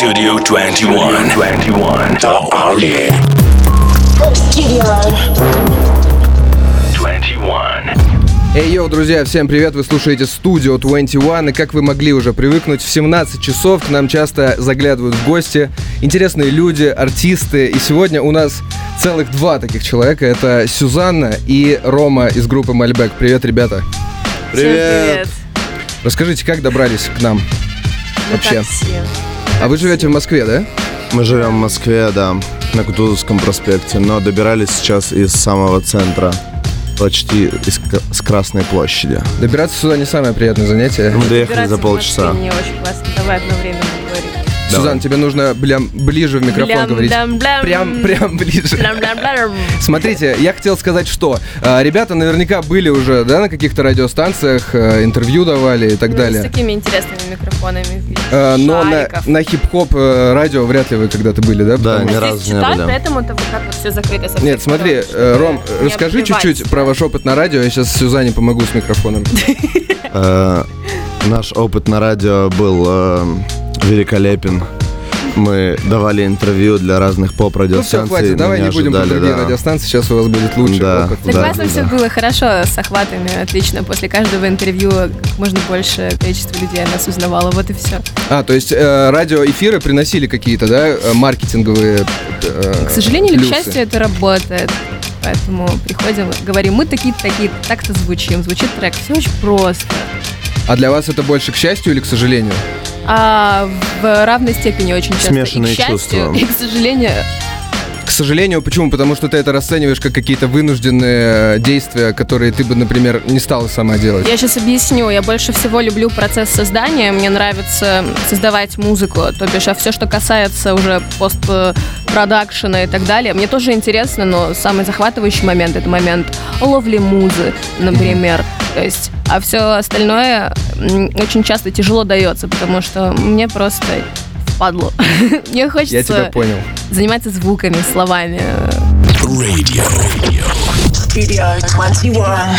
Studio 21. The Army. Studio 21. Эй, йоу, друзья, всем привет, вы слушаете Studio 21, и как вы могли уже привыкнуть, в 17 часов к нам часто заглядывают в гости интересные люди, артисты, и сегодня у нас целых два таких человека, это Сюзанна и Рома из группы Мальбек. Привет, ребята. Привет. Расскажите, как добрались к нам вообще? Такси. А вы живете в Москве, да? Мы живем в Москве, да, на Кутузовском проспекте, но добирались сейчас из самого центра, почти с Красной площади. Добираться сюда не самое приятное занятие. Мы доехали за Добираться в полчаса. Москве не очень классно. Давай одновременно говорить. Сюзанна, тебе нужно ближе в микрофон говорить. Прям ближе. Смотрите, я хотел сказать, что ребята наверняка были уже, да, на каких-то радиостанциях, интервью давали и так далее. С такими интересными микрофонами. Но шариков. на хип-хоп радио вряд ли вы когда-то были, да? Да, Потому- ни А разу здесь не читать, были. поэтому-то вот так вот все закрыто со всех Нет, смотри, сторон, чтобы Ром, не расскажи обливать чуть-чуть себя. про ваш опыт на радио, я сейчас Сюзанне помогу с микрофоном. Наш опыт на радио был великолепен. Мы давали интервью для разных Ну все, поп-радиостанций. хватит, мы давай не будем про ожидали, другие да. радиостанции, сейчас у вас будет лучший Да. опыт. Да, Да, классно все было, хорошо, с охватами, отлично. После каждого интервью как можно больше количество людей нас узнавало, вот и все. То есть радиоэфиры приносили какие-то, да, маркетинговые К сожалению или к плюсы? счастью, это работает. Поэтому приходим, говорим, мы такие-то, так-то звучит трек, все очень просто. А для вас это больше к счастью или к сожалению? А в равной степени очень часто. Смешанные и к счастью, чувства. и к сожалению. К сожалению, почему? Потому что ты это расцениваешь как какие-то вынужденные действия, которые ты бы, например, не стала сама делать. Я сейчас объясню. Я больше всего люблю процесс создания. Мне нравится создавать музыку. То бишь, а все, что касается уже постпродакшена и так далее, мне тоже интересно, но самый захватывающий момент — это момент ловли музы, например. То есть, а все остальное очень часто тяжело дается, потому что мне просто впадло. Мне хочется Я тебя понял. заниматься звуками, словами. Radio. Studio 21.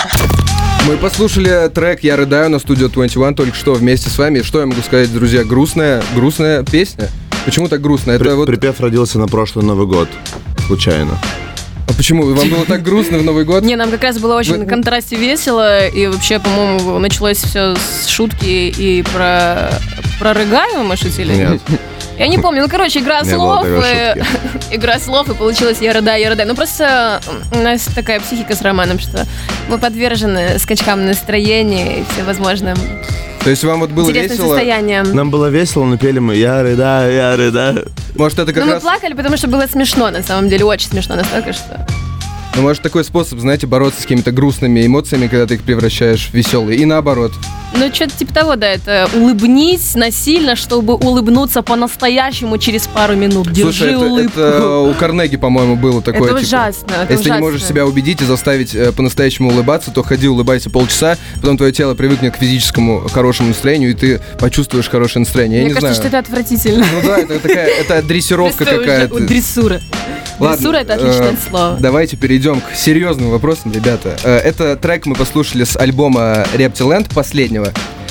Мы послушали трек «Я рыдаю» на Studio 21 только что вместе с вами. Что я могу сказать, друзья? Грустная песня. Почему так грустно? Это вот... Припев родился на прошлый Новый год, случайно. А почему? Вам было так грустно в Новый год? Не, нам как раз было очень Вы- на контрасте весело, и вообще, по-моему, началось все с шутки и про рыгаю мы шутили. Нет. Я не помню, короче, игра Не было слов, такой шутки. игра слов, и получилось я рыдаю. Ну просто у нас такая психика с Романом, что мы подвержены скачкам настроения и всевозможным То есть вам вот было интересным весело? состояниям. Нам было весело, но пели мы «Я рыдаю». Может, это как Но мы раз... плакали, потому что было смешно, на самом деле, очень смешно настолько, что... Ну, может, такой способ, знаете, бороться с какими-то грустными эмоциями, когда ты их превращаешь в веселые. И наоборот. Ну, что-то типа того, да, это улыбнись насильно, чтобы улыбнуться по-настоящему через пару минут. Держи Слушай, улыбку. это у Карнеги, по-моему, было такое. Это типа, ужасно, это Если ты не ужасно. можешь себя убедить и заставить по-настоящему улыбаться, то ходи, улыбайся полчаса, потом твое тело привыкнет к физическому хорошему настроению, и ты почувствуешь хорошее настроение. Я Мне не кажется, знаю. что это отвратительно. Ну да, это дрессировка какая-то. Дрессура. Ладно, Дрессура — это отличное слово. Давайте перейдем к серьезным вопросам, ребята. Это трек мы послушали с альбома Reptiland, последнего.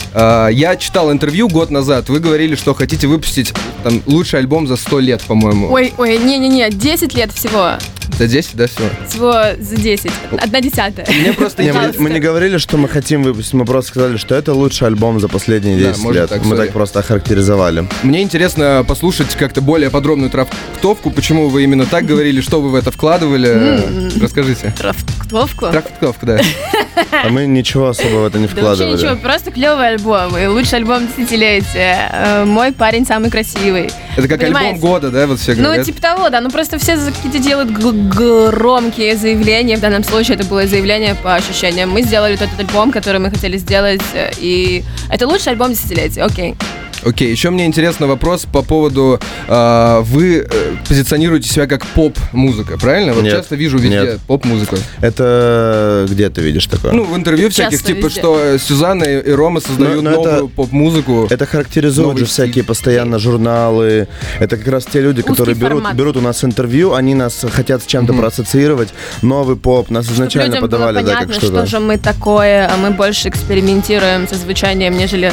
Я читал интервью год назад, вы говорили, что хотите выпустить там лучший альбом за 100 лет, по-моему. Ой, не-не-не, 10 лет всего. За 10, да, всего? Всего за 10. 1/10. Мне просто Не, мы, интересно. мы не говорили, что мы хотим выпустить, мы просто сказали, что это лучший альбом за последние Да, 10 можно лет. так Мы сказать. так просто охарактеризовали. Мне интересно послушать как-то более подробную трактовку, почему вы именно так говорили, что вы в это вкладывали. Расскажите. Трактовку? Трактовка, да. А мы ничего особо в это не Да вообще вкладывали. ничего, просто клевый альбом. И лучший альбом десятилетия. Мой парень самый красивый. Это как альбом Понимаете? года, да, вот все Ну, говорят. типа того, да. Ну, просто все какие-то делают громкие заявления. В данном случае это было заявление по ощущениям. Мы сделали тот альбом, который мы хотели сделать. И это лучший альбом десятилетия. Окей. Окей, еще мне интересный вопрос по поводу... вы позиционируете себя как поп-музыка, правильно? Вот Нет. часто вижу везде Нет. поп-музыку. Это где ты видишь такое? Ну, в интервью всяких, Часто типа, везде. что Сюзанна и Рома создают Но это- новую поп-музыку. Это характеризуют Новый же всякие стиль. постоянно журналы. Это как раз те люди, Узкий которые формат. берут у нас интервью, они нас хотят с чем-то проассоциировать. Новый поп, нас изначально Людям подавали, было да, понятно, как что-то. что же мы такое, а мы больше экспериментируем со звучанием, нежели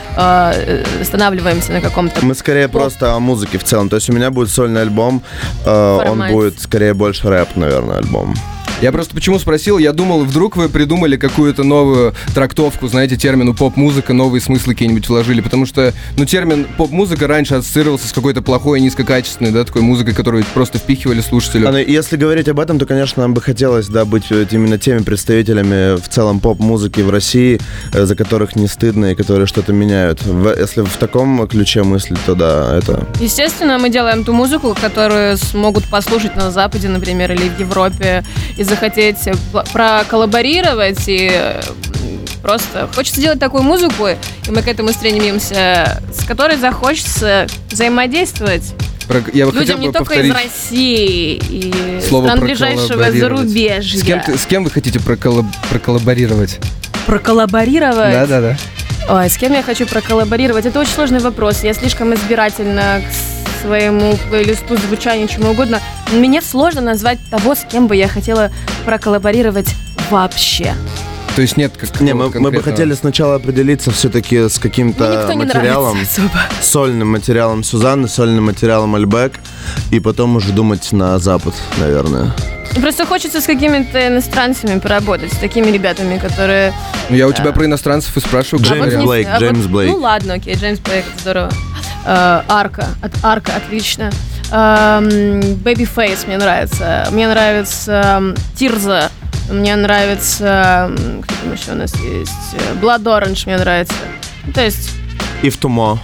останавливаемся на каком-то... Мы скорее просто о музыке в целом. То есть у меня будет сольный альбом, он будет скорее больше рэп, наверное, альбом. Я просто почему спросил, я думал, вдруг вы придумали какую-то новую трактовку, знаете, термину поп-музыка, новые смыслы какие-нибудь вложили, потому что, термин поп-музыка раньше ассоциировался с какой-то плохой, низкокачественной, да, такой музыкой, которую просто впихивали слушателю. Если говорить об этом, то, конечно, нам бы хотелось, да, быть именно теми представителями в целом поп-музыки в России, за которых не стыдно и которые что-то меняют. Если в таком ключе мыслить, то да, это... Естественно, мы делаем ту музыку, которую смогут послушать на Западе, например, или в Европе, и захотеть проколлаборировать, и просто хочется делать такую музыку, и мы к этому стремимся, с которой захочется взаимодействовать людям не только из России и стран ближайшего зарубежья. С кем вы хотите проколлаборировать? Проколлаборировать? Да. Ой, с кем я хочу проколлаборировать? Это очень сложный вопрос. Я слишком избирательна к своему плейлисту, звучанию, чему угодно. Мне сложно назвать того, с кем бы я хотела проколлаборировать вообще. То есть нет какого-то мы бы хотели сначала определиться все-таки с каким-то материалом, сольным материалом Сюзанны, сольным материалом Альбек, и потом уже думать на Запад, наверное. Просто хочется с какими-то иностранцами поработать, с такими ребятами, которые... Я у тебя про иностранцев и спрашиваю. Джеймс Блейк. Ну ладно, окей, Джеймс Блейк, это здорово. Арка, отлично. Babyface мне нравится Тирза, мне нравится, кто там еще у нас есть, Blood Orange мне нравится. То есть... Yves Tumor.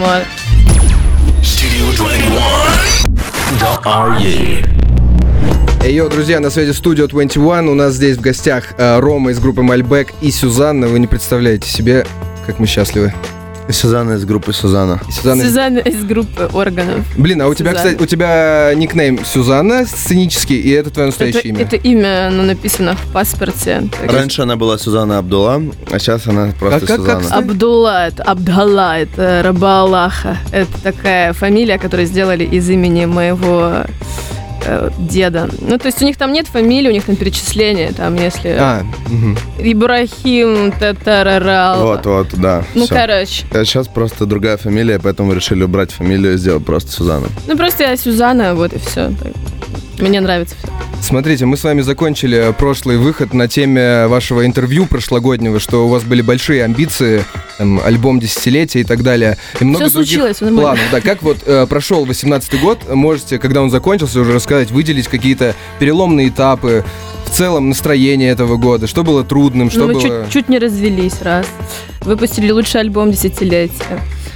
Studio 21. Йо, друзья, на связи Studio 21. У нас здесь в гостях Рома из группы Malbec и Сюзанна. Вы не представляете себе, как мы счастливы. Сюзанна из группы Сюзанна. Сюзанна из группы Органов. Блин, а у тебя, кстати, у тебя никнейм Сюзанна сценический, и это твое настоящее имя? Это имя, оно написано в паспорте. Раньше она была Сюзанна Абдулла, а сейчас она просто Сюзанна. Абдулла, это раба Аллаха. Это такая фамилия, которую сделали из имени моего деда. Ну, то есть у них там нет фамилии, у них там перечисления, там, если... Ибрахим Татарарал. Вот, да. Ну, всё. короче. Сейчас просто другая фамилия, поэтому решили убрать фамилию и сделать просто Сюзанна. Ну, просто я Сюзанна, вот и все. Мне нравится все. Смотрите, мы с вами закончили прошлый выход на теме вашего интервью прошлогоднего, что у вас были большие амбиции, там, альбом десятилетия и так далее. И много все случилось, все нормально. Да, как вот прошел 18-й год, можете, когда он закончился, уже рассказать, выделить какие-то переломные этапы, в целом настроение этого года, что было трудным, что было... Мы чуть не развелись раз, выпустили лучший альбом десятилетия,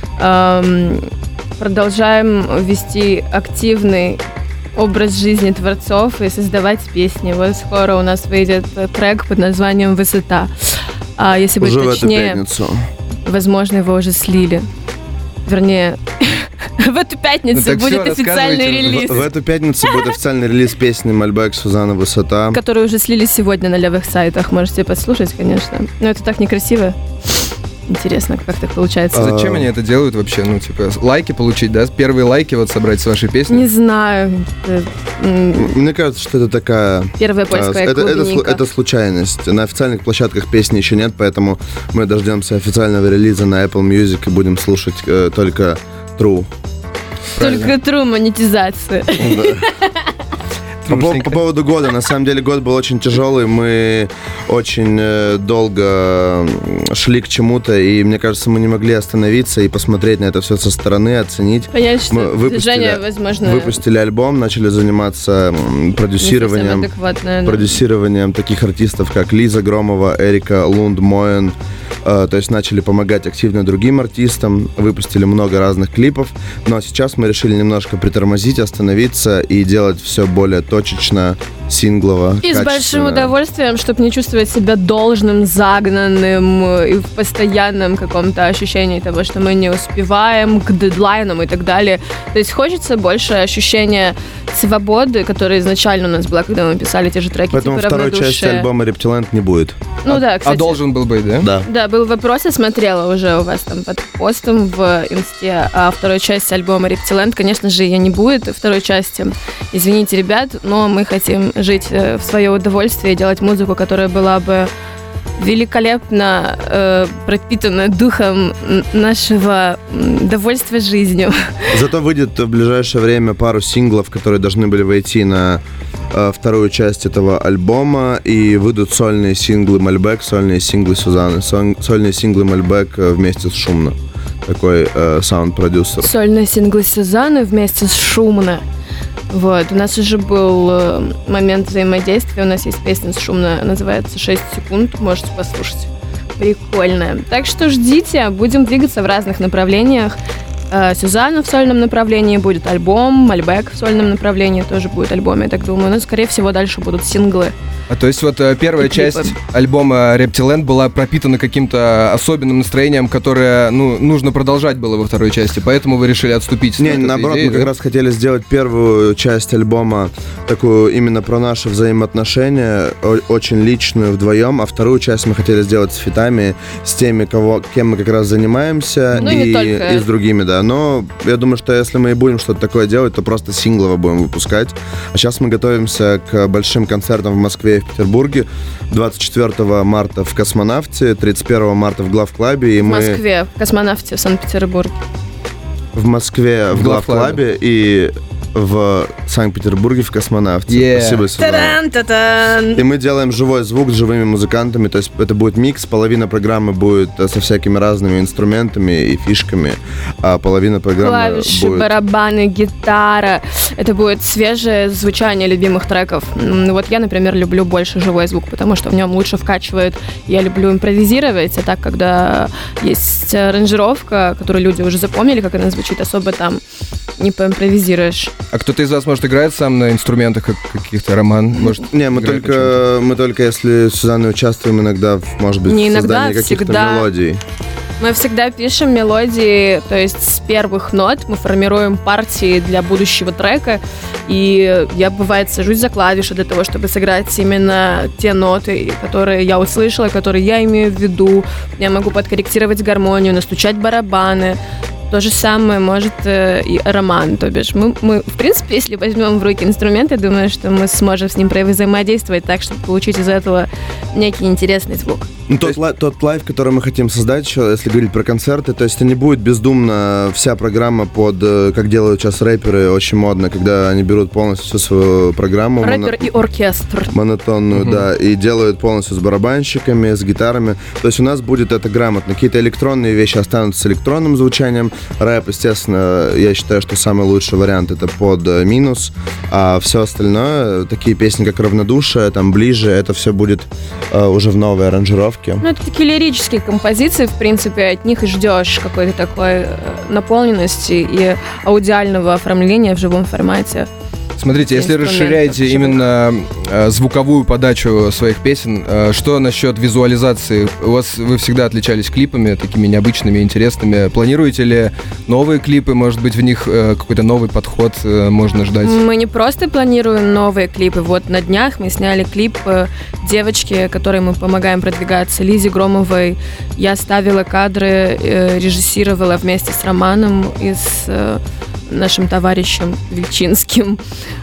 продолжаем вести активный образ жизни творцов и создавать песни. Вот скоро у нас выйдет трек под названием «Высота». А если быть точнее, в эту пятницу. Возможно, его уже слили. Вернее, в эту пятницу будет официальный релиз. В эту пятницу будет официальный релиз песни Malbec Сюзанна «Высота», который уже слили сегодня на левых сайтах. Можете послушать, конечно. Но это так некрасиво. Интересно, как так получается. Зачем они это делают вообще? Ну, типа, лайки получить, да? Первые лайки вот собрать с вашей песни? Не знаю. Мне кажется, что это такая... Первая польская клубника. Это случайность. На официальных площадках песни еще нет, поэтому мы дождемся официального релиза на Apple Music и будем слушать только True. Только True монетизация. По поводу года, на самом деле год был очень тяжелый, мы очень долго шли к чему-то, и мне кажется, мы не могли остановиться и посмотреть на это все со стороны, оценить. Понятно, что движение, возможно... Выпустили альбом, начали заниматься продюсированием таких артистов, как Лиза Громова, Эрика Лунд Моен. То есть начали помогать активно другим артистам, выпустили много разных клипов, но сейчас мы решили немножко притормозить, остановиться и делать все более точечно, синглово, и с большим удовольствием, чтобы не чувствовать себя должным, загнанным и в постоянном каком-то ощущении того, что мы не успеваем к дедлайнам и так далее. То есть хочется больше ощущения свободы, которая изначально у нас была, когда мы писали те же треки. Поэтому типа второй части альбома «Рептиланд» не будет. Ну да, кстати. А должен был быть, да? Да. Да, был вопрос, я смотрела уже у вас там под постом в инсте, а второй части альбома «Рептиланд», конечно же, ее не будет, второй части. Извините, ребят, но мы хотим жить в свое удовольствие и делать музыку, которая была бы великолепно пропитана духом нашего довольства жизнью. Зато выйдет в ближайшее время пару синглов, которые должны были войти на вторую часть этого альбома, и выйдут сольные синглы Мальбек, сольные синглы Сюзанны, сольные синглы Мальбек вместе с Шумно. Такой саунд-продюсер. Сольные синглы Сюзанны вместе с Шумно. Вот, у нас уже был момент взаимодействия, у нас есть песня с Шумно, называется «6 секунд», можете послушать. Прикольная. Так что ждите, будем двигаться в разных направлениях. Сюзанна в сольном направлении будет альбом, Мальбек в сольном направлении тоже будет альбом, я так думаю. Но, скорее всего, дальше будут синглы. То есть вот первая часть альбома Reptiland была пропитана каким-то особенным настроением, которое, нужно продолжать было во второй части, поэтому вы решили отступить. Не, наоборот, мы как раз хотели сделать первую часть альбома такую именно про наши взаимоотношения, очень личную вдвоем, а вторую часть мы хотели сделать с фитами, с теми, кем мы как раз занимаемся, и с другими, да. Но я думаю, что если мы и будем что-то такое делать, то просто синглово будем выпускать. А сейчас мы готовимся к большим концертам в Москве и в Петербурге. 24 марта в Космонавте, 31 марта в Главклабе. В Москве, в Космонавте, в Санкт-Петербурге. В Москве, в Главклабе и в Санкт-Петербурге в Космонавте. Спасибо, Сюзанна. И мы делаем живой звук с живыми музыкантами, то есть это будет микс, половина программы будет со всякими разными инструментами и фишками, а половина программы клавиши, будет... барабаны, гитара. Это будет свежее звучание любимых треков. Вот я, например, люблю больше живой звук, потому что в нем лучше вкачивает. Я люблю импровизировать, а так, когда есть аранжировка, которую люди уже запомнили, как она звучит, особо там не поимпровизируешь. А кто-то из вас, может, играет сам на инструментах каких-то, Роман? Может, не, мы только если с Сюзанной участвуем иногда, может быть, в создании каких-то мелодий. Мы всегда пишем мелодии, то есть с первых нот мы формируем партии для будущего трека, и я, бывает, сажусь за клавиши для того, чтобы сыграть именно те ноты, которые я услышала, которые я имею в виду. Я могу подкорректировать гармонию, настучать барабаны. То же самое может и Роман, то бишь мы, в принципе, если возьмем в руки инструмент, я думаю, что мы сможем с ним взаимодействовать так, чтобы получить из этого некий интересный звук. Тот лайв, который мы хотим создать, еще, если говорить про концерты, то есть это не будет бездумно вся программа под, как делают сейчас рэперы, очень модно, когда они берут полностью всю свою программу. Рэпер и оркестр. Монотонную, да, и делают полностью с барабанщиками, с гитарами. То есть у нас будет это грамотно. Какие-то электронные вещи останутся с электронным звучанием. Рэп, естественно, я считаю, что самый лучший вариант это под минус, а все остальное, такие песни, как «Равнодушие», там «Ближе», это все будет уже в новой аранжировке. Это такие лирические композиции, в принципе, от них и ждешь какой-то такой наполненности и аудиального оформления в живом формате. Смотрите, если расширяете именно звуковую подачу своих песен, что насчет визуализации? Вы всегда отличались клипами, такими необычными, интересными. Планируете ли новые клипы? Может быть, в них какой-то новый подход можно ждать? Мы не просто планируем новые клипы. Вот на днях мы сняли клип девочки, которой мы помогаем продвигаться, Лизе Громовой. Я ставила кадры, режиссировала вместе с Романом и с нашим товарищем Вильчинским,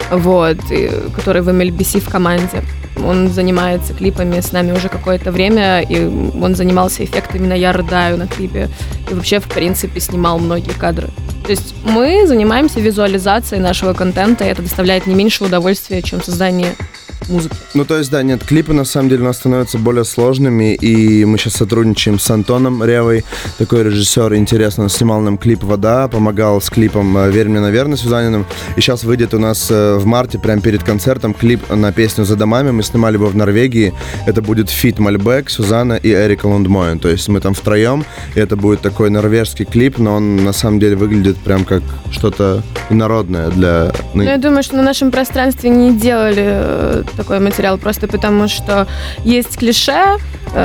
который в MLBC в команде. Он занимается клипами с нами уже какое-то время, и он занимался эффектами на «Я рыдаю» на клипе, и вообще, в принципе, снимал многие кадры. То есть мы занимаемся визуализацией нашего контента, и это доставляет не меньше удовольствия, чем создание музыки. То есть, да, нет, клипы на самом деле у нас становятся более сложными, и мы сейчас сотрудничаем с Антоном Ревой, такой режиссер, интересно, он снимал нам клип «Вода», помогал с клипом «Верь мне, наверное» с Сюзаниным, и сейчас выйдет у нас в марте, прямо перед концертом, клип на песню «За домами», мы снимали его в Норвегии, это будет фит Мальбек, Сюзанна и Эрика Лундмоен, то есть мы там втроем, и это будет такой норвежский клип, но он на самом деле выглядит прям как что-то инородное для... Я думаю, что на нашем пространстве не делали такой материал, просто потому что есть клише,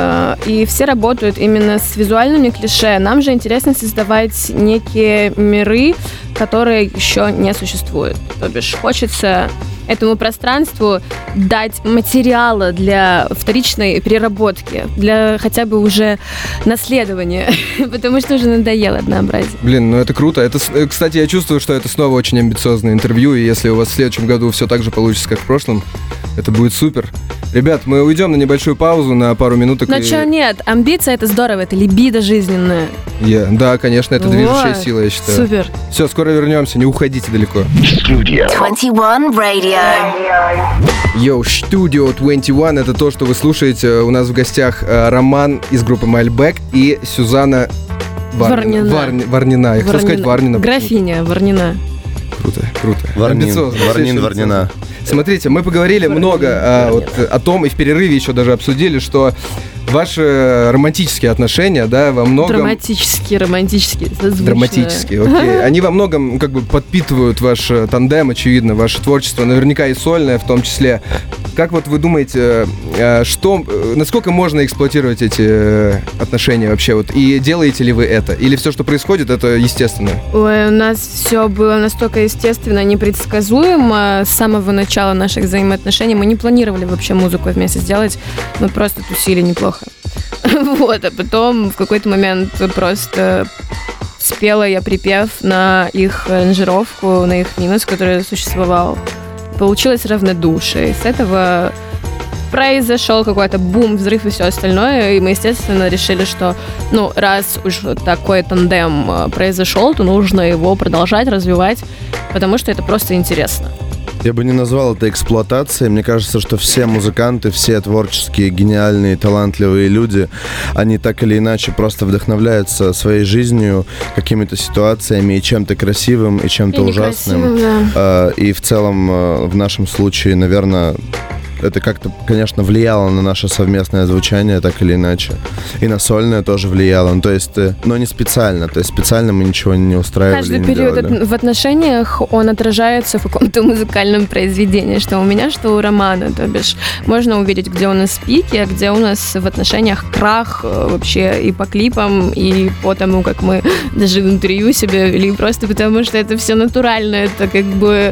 и все работают именно с визуальными клише. Нам же интересно создавать некие миры, которые еще не существуют. То бишь хочется этому пространству дать материала для вторичной переработки, для хотя бы уже наследования, потому что уже надоело однообразие. Блин, это круто. Кстати, я чувствую, что это снова очень амбициозное интервью, и если у вас в следующем году все так же получится, как в прошлом, Это будет супер. Ребят, мы уйдем на небольшую паузу, на пару минуток. Но чё нет, амбиция — это здорово, это либидо жизненное. Да, конечно, это движущая сила, я считаю. Супер. Все, скоро вернемся, не уходите далеко. Studio. 21 Radio. Йоу, Studio 21, это то, что вы слушаете. У нас в гостях Роман из группы Мальбек и Сюзанна Варнина. Я хотел сказать Варнина. Графиня Варнина. Круто. Варнина. Смотрите, мы поговорили много о том, и в перерыве еще даже обсудили, что ваши романтические отношения, да, во многом... Драматические, созвучные. Драматические, окей. Они во многом как бы подпитывают ваш тандем, очевидно, ваше творчество, наверняка и сольное в том числе. Как вот вы думаете, насколько можно эксплуатировать эти отношения вообще? Вот, и делаете ли вы это? Или все, что происходит, это естественно? Ой, у нас все было настолько естественно, непредсказуемо с самого начала наших взаимоотношений. Мы не планировали вообще музыку вместе сделать, мы просто тусили неплохо. Вот, а потом в какой-то момент просто спела я припев на их аранжировку, на их минус, который существовал. Получилось равнодушие. И с этого произошел какой-то бум, взрыв и все остальное. И мы, естественно, решили, что, раз уж такой тандем произошел, то нужно его продолжать развивать, потому что это просто интересно. Я бы не назвал это эксплуатацией. Мне кажется, что все музыканты, все творческие, гениальные, талантливые люди, они так или иначе просто вдохновляются своей жизнью, какими-то ситуациями и чем-то красивым, и чем-то ужасным. Да. И в целом, в нашем случае, наверное, это как-то, конечно, влияло на наше совместное звучание, так или иначе. И на сольное тоже влияло. То есть, но не специально. То есть специально мы ничего не устраивали. Каждый период в отношениях, он отражается в каком-то музыкальном произведении, что у меня, что у Романа. То бишь, можно увидеть, где у нас пики, а где у нас в отношениях крах вообще и по клипам, и по тому, как мы даже интервью себе вели, просто потому что это все натурально, это как бы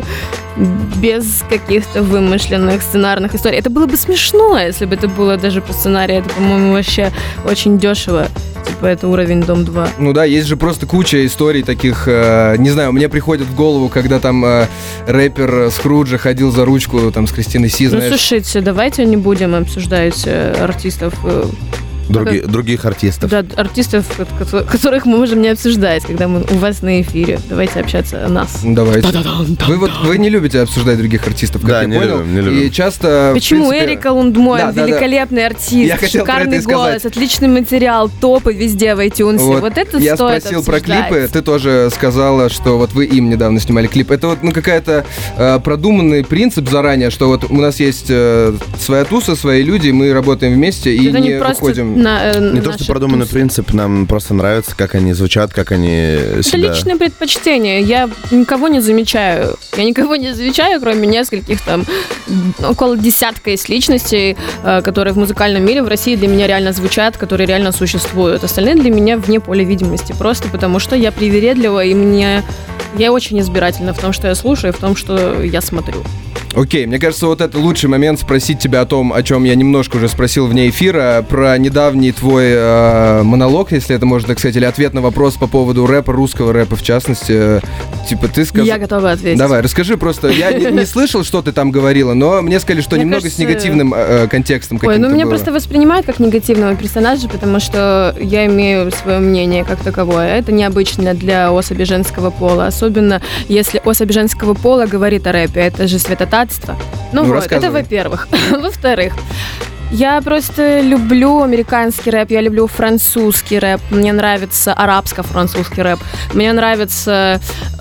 без каких-то вымышленных сценарных историй. Это было бы смешно, если бы это было даже по сценарию. Это, по-моему, вообще очень дешево. Типа, это уровень Дом 2. Ну да, есть же просто куча историй таких, не знаю, мне приходит в голову, когда там рэпер Скруджа ходил за ручку там с Кристиной Си, знаешь. Слушайте, давайте не будем обсуждать артистов... Других артистов. Да, артистов, которых мы можем не обсуждать, когда мы у вас на эфире. Давайте общаться о нас. Давайте. Вы не любите обсуждать других артистов, как я понял. Не любим. И часто... Почему? Эрика Лундмоен, великолепный артист, шикарный голос, отличный материал, топы везде в iTunes. Вот это я стоит спросил обсуждать. про клипы, ты тоже сказала, что вот вы им недавно снимали клип. Это вот какая-то продуманный принцип заранее, что вот у нас есть своя туса, свои люди, мы работаем вместе и это не уходим... Не то, что продуманный принцип, нам просто нравится, как они звучат, как они себя... Это личное предпочтение. Я никого не замечаю. Кроме нескольких там, около десятка есть личностей, которые в музыкальном мире в России для меня реально звучат, которые реально существуют. Остальные для меня вне поля видимости. Просто потому что я привередлива, и я очень избирательна в том, что я слушаю, и в том, что я смотрю. Окей, мне кажется, вот это лучший момент спросить тебя о том, о чем я немножко уже спросил вне эфира, про недавний твой монолог, если это можно так сказать, или ответ на вопрос по поводу рэпа, русского рэпа в частности. Типа ты сказал... Я готова ответить. Давай, расскажи просто. Я не слышал, что ты там говорила, но мне сказали, что немного с негативным контекстом каким-то было. Меня просто воспринимают как негативного персонажа, потому что я имею свое мнение как таковое. Это необычно для особи женского пола, особенно если особь женского пола говорит о рэпе. Это же святотатство. Это во-первых. Во-вторых, я просто люблю американский рэп, я люблю французский рэп, мне нравится арабско-французский рэп, мне нравится...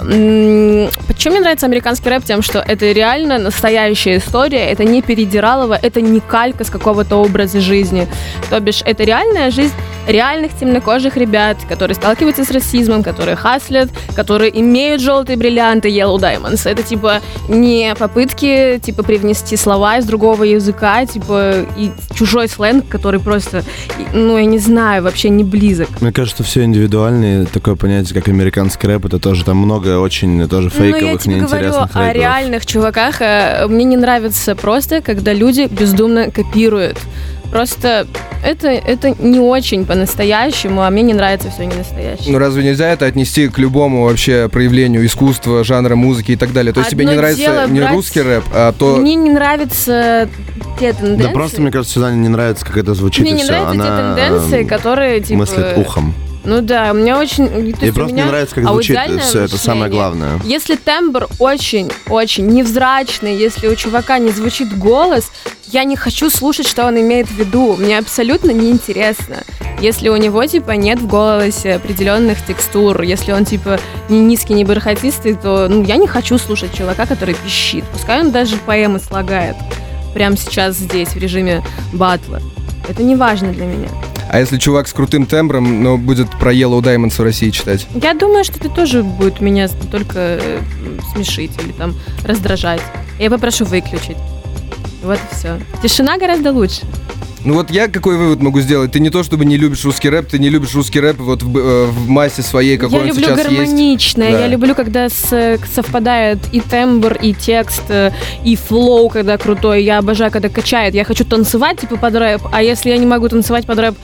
Почему мне нравится американский рэп? Тем, что это реально настоящая история, это не передиралово, это не калька с какого-то образа жизни. То бишь, это реальная жизнь реальных темнокожих ребят, которые сталкиваются с расизмом, которые хаслят, которые имеют желтые бриллианты, yellow diamonds. Это, типа, не попытки, типа, привнести слова из другого языка, типа, и чужой сленг, который просто, я не знаю, вообще не близок. Мне кажется, все индивидуально, и такое понятие, как американский рэп, это тоже там много очень тоже фейковых, неинтересных рэперов. Я тебе говорю о реальных чуваках. Мне не нравится просто, когда люди бездумно копируют. Просто это не очень по-настоящему, а мне не нравится все не настоящее. Ну разве нельзя это отнести к любому вообще проявлению искусства, жанра музыки и так далее? То есть тебе не нравится не русский рэп, а то... Мне не нравятся те тенденции. Да просто, мне кажется, Сюзанне не нравится, как это звучит, мне и не все. нравятся те тенденции, которые, типа... мыслит ухом. Ну да, мне очень... И просто не нравится, как звучит все, это самое главное. Если тембр очень-очень невзрачный, если у чувака не звучит голос, я не хочу слушать, что он имеет в виду. Мне абсолютно неинтересно. Если у него, типа, нет в голосе определенных текстур, если он, типа, не низкий, не бархатистый, то, я не хочу слушать чувака, который пищит. Пускай он даже поэмы слагает прямо сейчас здесь, в режиме батла. Это не важно для меня. А если чувак с крутым тембром, но будет про Yellow Diamonds в России читать? Я думаю, что это тоже будет меня только смешить или там раздражать. Я попрошу выключить. Вот и все. Тишина гораздо лучше. Ну вот я какой вывод могу сделать? Ты не то чтобы не любишь русский рэп, ты не любишь русский рэп вот в массе своей, какой он сейчас есть. Я люблю гармоничное, я люблю, когда совпадает и тембр, и текст, и флоу, когда крутой. Я обожаю, когда качает. Я хочу танцевать типа под рэп, а если я не могу танцевать под рэп,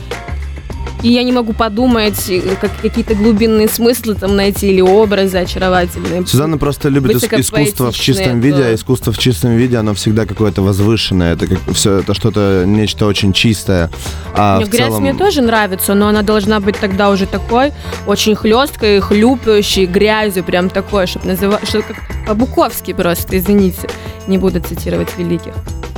и я не могу подумать, какие-то глубинные смыслы там найти или образы очаровательные. Сюзанна просто любит искусство в чистом виде, а искусство в чистом виде, оно всегда какое-то возвышенное. Это все, это что-то, нечто очень чистое. А грязь мне тоже нравится, но она должна быть тогда уже такой, очень хлесткой, хлюпающей грязью, прям такой, чтобы называть, что как по-буковски просто, извините, не буду цитировать великих.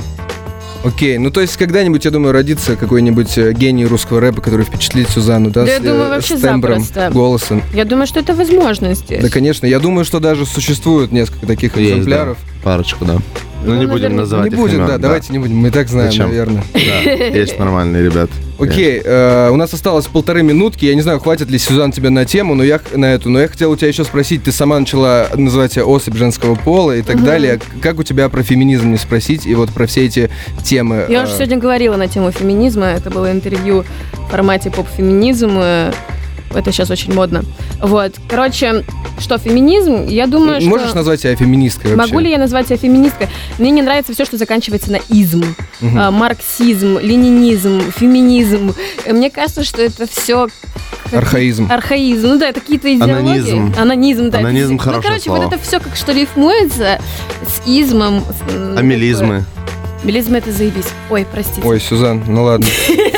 Окей, ну то есть когда-нибудь, я думаю, родится какой-нибудь гений русского рэпа, который впечатлит Сюзанну, да, я думаю, вообще с тембром, запросто. Голосом. Я думаю, что это возможно здесь. Да, конечно. Я думаю, что даже существует несколько таких экземпляров. Да. Парочку, да. Ну, не будем называть их имен. Да, давайте не будем, мы и так знаем, зачем? Наверное. Да, есть нормальные ребята. Окей, у нас осталось 1,5 минутки. Я не знаю, хватит ли, Сюзан, тебя на тему, но я хотел у тебя еще спросить. Ты сама начала называть себя особь женского пола и так далее. Как у тебя про феминизм не спросить и вот про все эти темы? Я уже сегодня говорила на тему феминизма. Это было интервью в формате поп-феминизм. Это сейчас очень модно. Вот. Короче, что феминизм, я думаю, что... Можешь назвать себя феминисткой вообще? Могу ли я назвать себя феминисткой? Мне не нравится все, что заканчивается на изм. Марксизм, ленинизм, феминизм. Мне кажется, что это все... Архаизм. Архаизм. Ну да, это какие-то идеологии. Анонизм, да. Анонизм хорошее слово. Вот это все как что рифмуется с измом. Амелизмы. Амелизмы — это заебись. Ой, простите. Ой, Сюзан, ну ладно.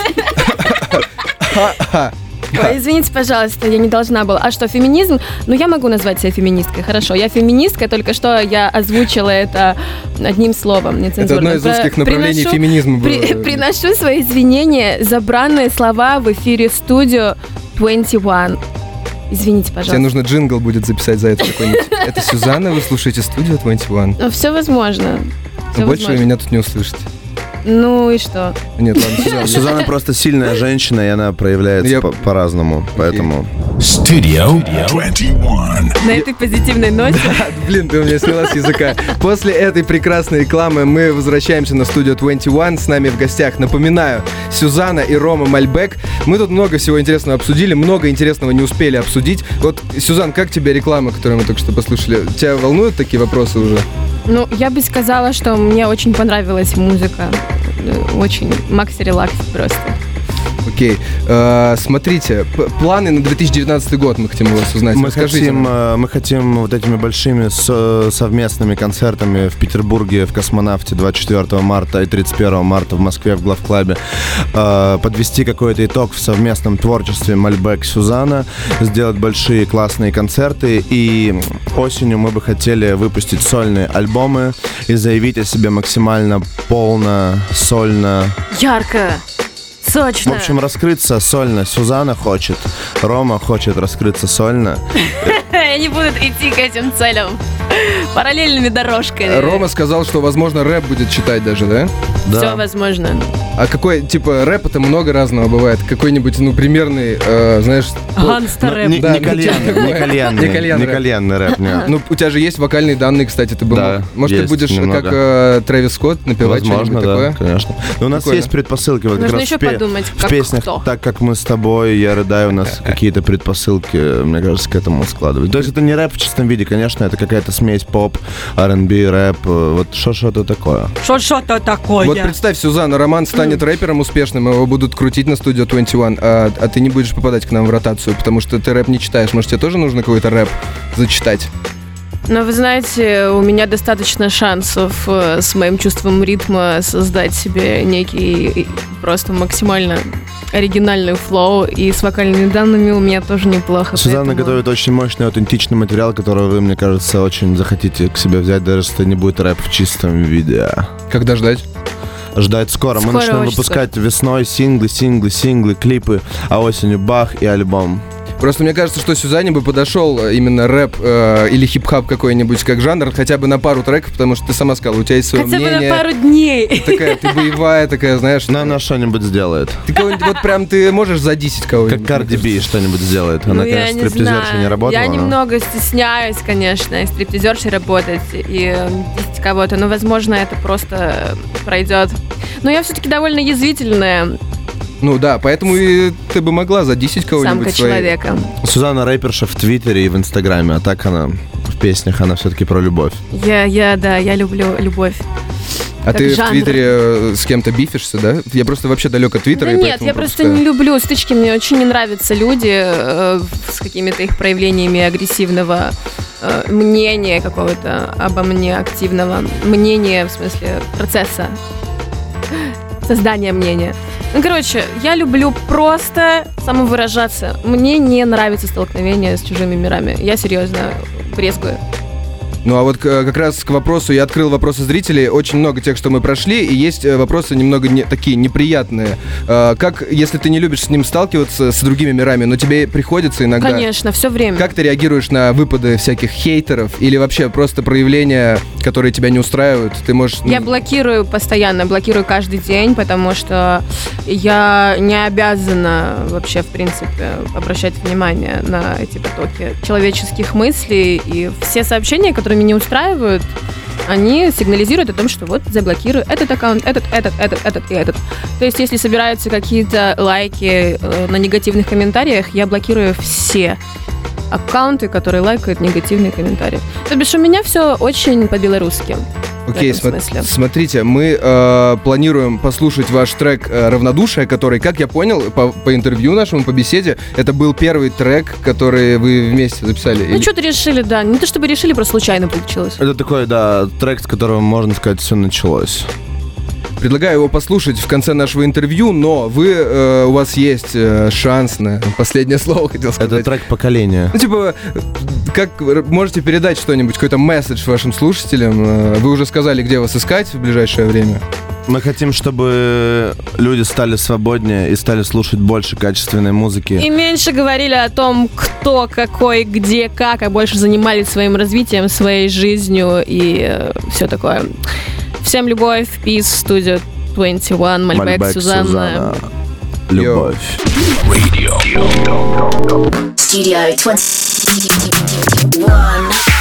Ой, извините, пожалуйста, я не должна была. А что, феминизм? Ну, я могу назвать себя феминисткой, хорошо. Я феминистка, только что я озвучила это одним словом, нецензурно. Это одно из узких направлений феминизма было. Приношу свои извинения за бранные слова в эфире Studio 21. Извините, пожалуйста. Тебе нужно джингл будет записать за это какой-нибудь. Это Сюзанна, вы слушаете Studio 21. Ну, все возможно. Но больше вы меня тут не услышите. Ну и что? Нет, ладно, Сюзанна. Сюзанна просто сильная женщина, и она проявляется по-разному, поэтому... Studio 21. На этой позитивной ноте. Блин, ты у меня сняла с языка. После этой прекрасной рекламы мы возвращаемся на Studio 21. С нами в гостях, напоминаю, Сюзанна и Рома Мальбек. Мы тут много всего интересного обсудили, много интересного не успели обсудить. Вот, Сюзан, как тебе реклама, которую мы только что послушали? Тебя волнуют такие вопросы уже? Ну, я бы сказала, что мне очень понравилась музыка. Очень макси-релакс просто. Окей. Смотрите, планы на 2019 год мы хотим у вас узнать. Мы хотим вот этими большими совместными концертами в Петербурге, в Космонавте 24 марта и 31 марта в Москве в Главклабе подвести какой-то итог в совместном творчестве Мальбек Сюзанна, сделать большие классные концерты, и осенью мы бы хотели выпустить сольные альбомы и заявить о себе максимально полно, сольно. Ярко! Сочно. В общем, раскрыться сольно. Сюзанна хочет, Рома хочет раскрыться сольно. Они будут идти к этим целям параллельными дорожками. Рома сказал, что, возможно, рэп будет читать даже, да? Да. Все возможно. А какой, типа, рэпа-то много разного бывает. Какой-нибудь, ну, примерный, знаешь... Гангстер-рэп. Не кальянный рэп, нет. Ну, у тебя же есть вокальные данные, кстати, ты был. Да, может, ты будешь немного. как Трэвис Скотт напевать что-нибудь такое? Конечно. Но у нас есть предпосылки. Вот нужно как еще раз подумать, в песнях, кто. так как мы с тобой, я рыдаю, у нас какие-то предпосылки, мне кажется, к этому складывать. То есть это не рэп в чистом виде, конечно, это какая-то смесь поп, R&B, рэп, вот что-то такое. Что-то такое. Вот представь, Сюзанна, Роман станет станет рэпером успешным, его будут крутить на Studio 21, а ты не будешь попадать к нам в ротацию, потому что ты рэп не читаешь. Может, тебе тоже нужно какой-то рэп зачитать? Но вы знаете, у меня достаточно шансов с моим чувством ритма создать себе некий просто максимально оригинальный флоу, и с вокальными данными у меня тоже неплохо. Сюзанна готовит очень мощный, аутентичный материал, который вы, мне кажется, очень захотите к себе взять, даже если не будет рэп в чистом виде. Когда ждать? Ждать скоро. Мы начнем выпускать весной синглы, клипы, а осенью бах и альбом. Просто мне кажется, что Сюзанне бы подошел именно рэп или хип-хап какой-нибудь как жанр, хотя бы на пару треков, потому что ты сама сказала, у тебя есть свое мнение. Хотя бы на пару дней. Такая, ты боевая, такая, знаешь. Она что-нибудь сделает. Ты кого-нибудь, вот прям ты можешь задисить кого-нибудь. Как Cardi B что-нибудь сделает. Она, конечно, стриптизершей не работала. Я немного стесняюсь, конечно, стриптизершей работать и дисить кого-то, но, возможно, это просто пройдет. Но я все-таки довольно язвительная. Ну да, поэтому и ты бы могла задисить кого-нибудь. Самка человека. Сюзанна рэперша в Твиттере и в Инстаграме, а так она в песнях, она все-таки про любовь. Я люблю любовь. А ты в Твиттере с кем-то бифишься, да? Я просто вообще далек от Твиттера. Да нет, я просто не люблю стычки. Мне очень не нравятся люди с какими-то их проявлениями агрессивного мнения какого-то обо мне, активного мнения, в смысле процесса создания мнения. Ну, короче, я люблю просто самовыражаться. Мне не нравится столкновение с чужими мирами. Я серьезно брезгую. Ну а вот как раз к вопросу, я открыл вопросы зрителей, очень много тех, что мы прошли, и есть вопросы немного такие неприятные. Как, если ты не любишь с ним сталкиваться, с другими мирами, но тебе приходится иногда... Конечно, все время. Как ты реагируешь на выпады всяких хейтеров или вообще просто проявления, которые тебя не устраивают? Ты можешь... Я блокирую постоянно, блокирую каждый день, потому что я не обязана вообще, в принципе, обращать внимание на эти потоки человеческих мыслей, и все сообщения, которые меня не устраивают, они сигнализируют о том, что вот заблокирую этот аккаунт, этот и этот. То есть, если собираются какие-то лайки на негативных комментариях, я блокирую все аккаунты, которые лайкают негативные комментарии. То бишь, у меня все очень по-белорусски. Окей, смотрите, мы планируем послушать ваш трек «Равнодушие», который, как я понял, по интервью нашему, по беседе, это был первый трек, который вы вместе записали. Ну, что-то решили, да. Не то чтобы решили, просто случайно получилось. Это такой, да, трек, с которого, можно сказать, все началось. Предлагаю его послушать в конце нашего интервью, но у вас есть шанс на последнее слово, хотел сказать. Это трек поколения. Ну, типа, как можете передать что-нибудь, какой-то месседж вашим слушателям? Вы уже сказали, где вас искать в ближайшее время. Мы хотим, чтобы люди стали свободнее и стали слушать больше качественной музыки. И меньше говорили о том, кто, какой, где, как, а больше занимались своим развитием, своей жизнью и все такое. Всем любовь, peace, Studio 21, Мальбек, Сюзанна. Любовь. Studio 21.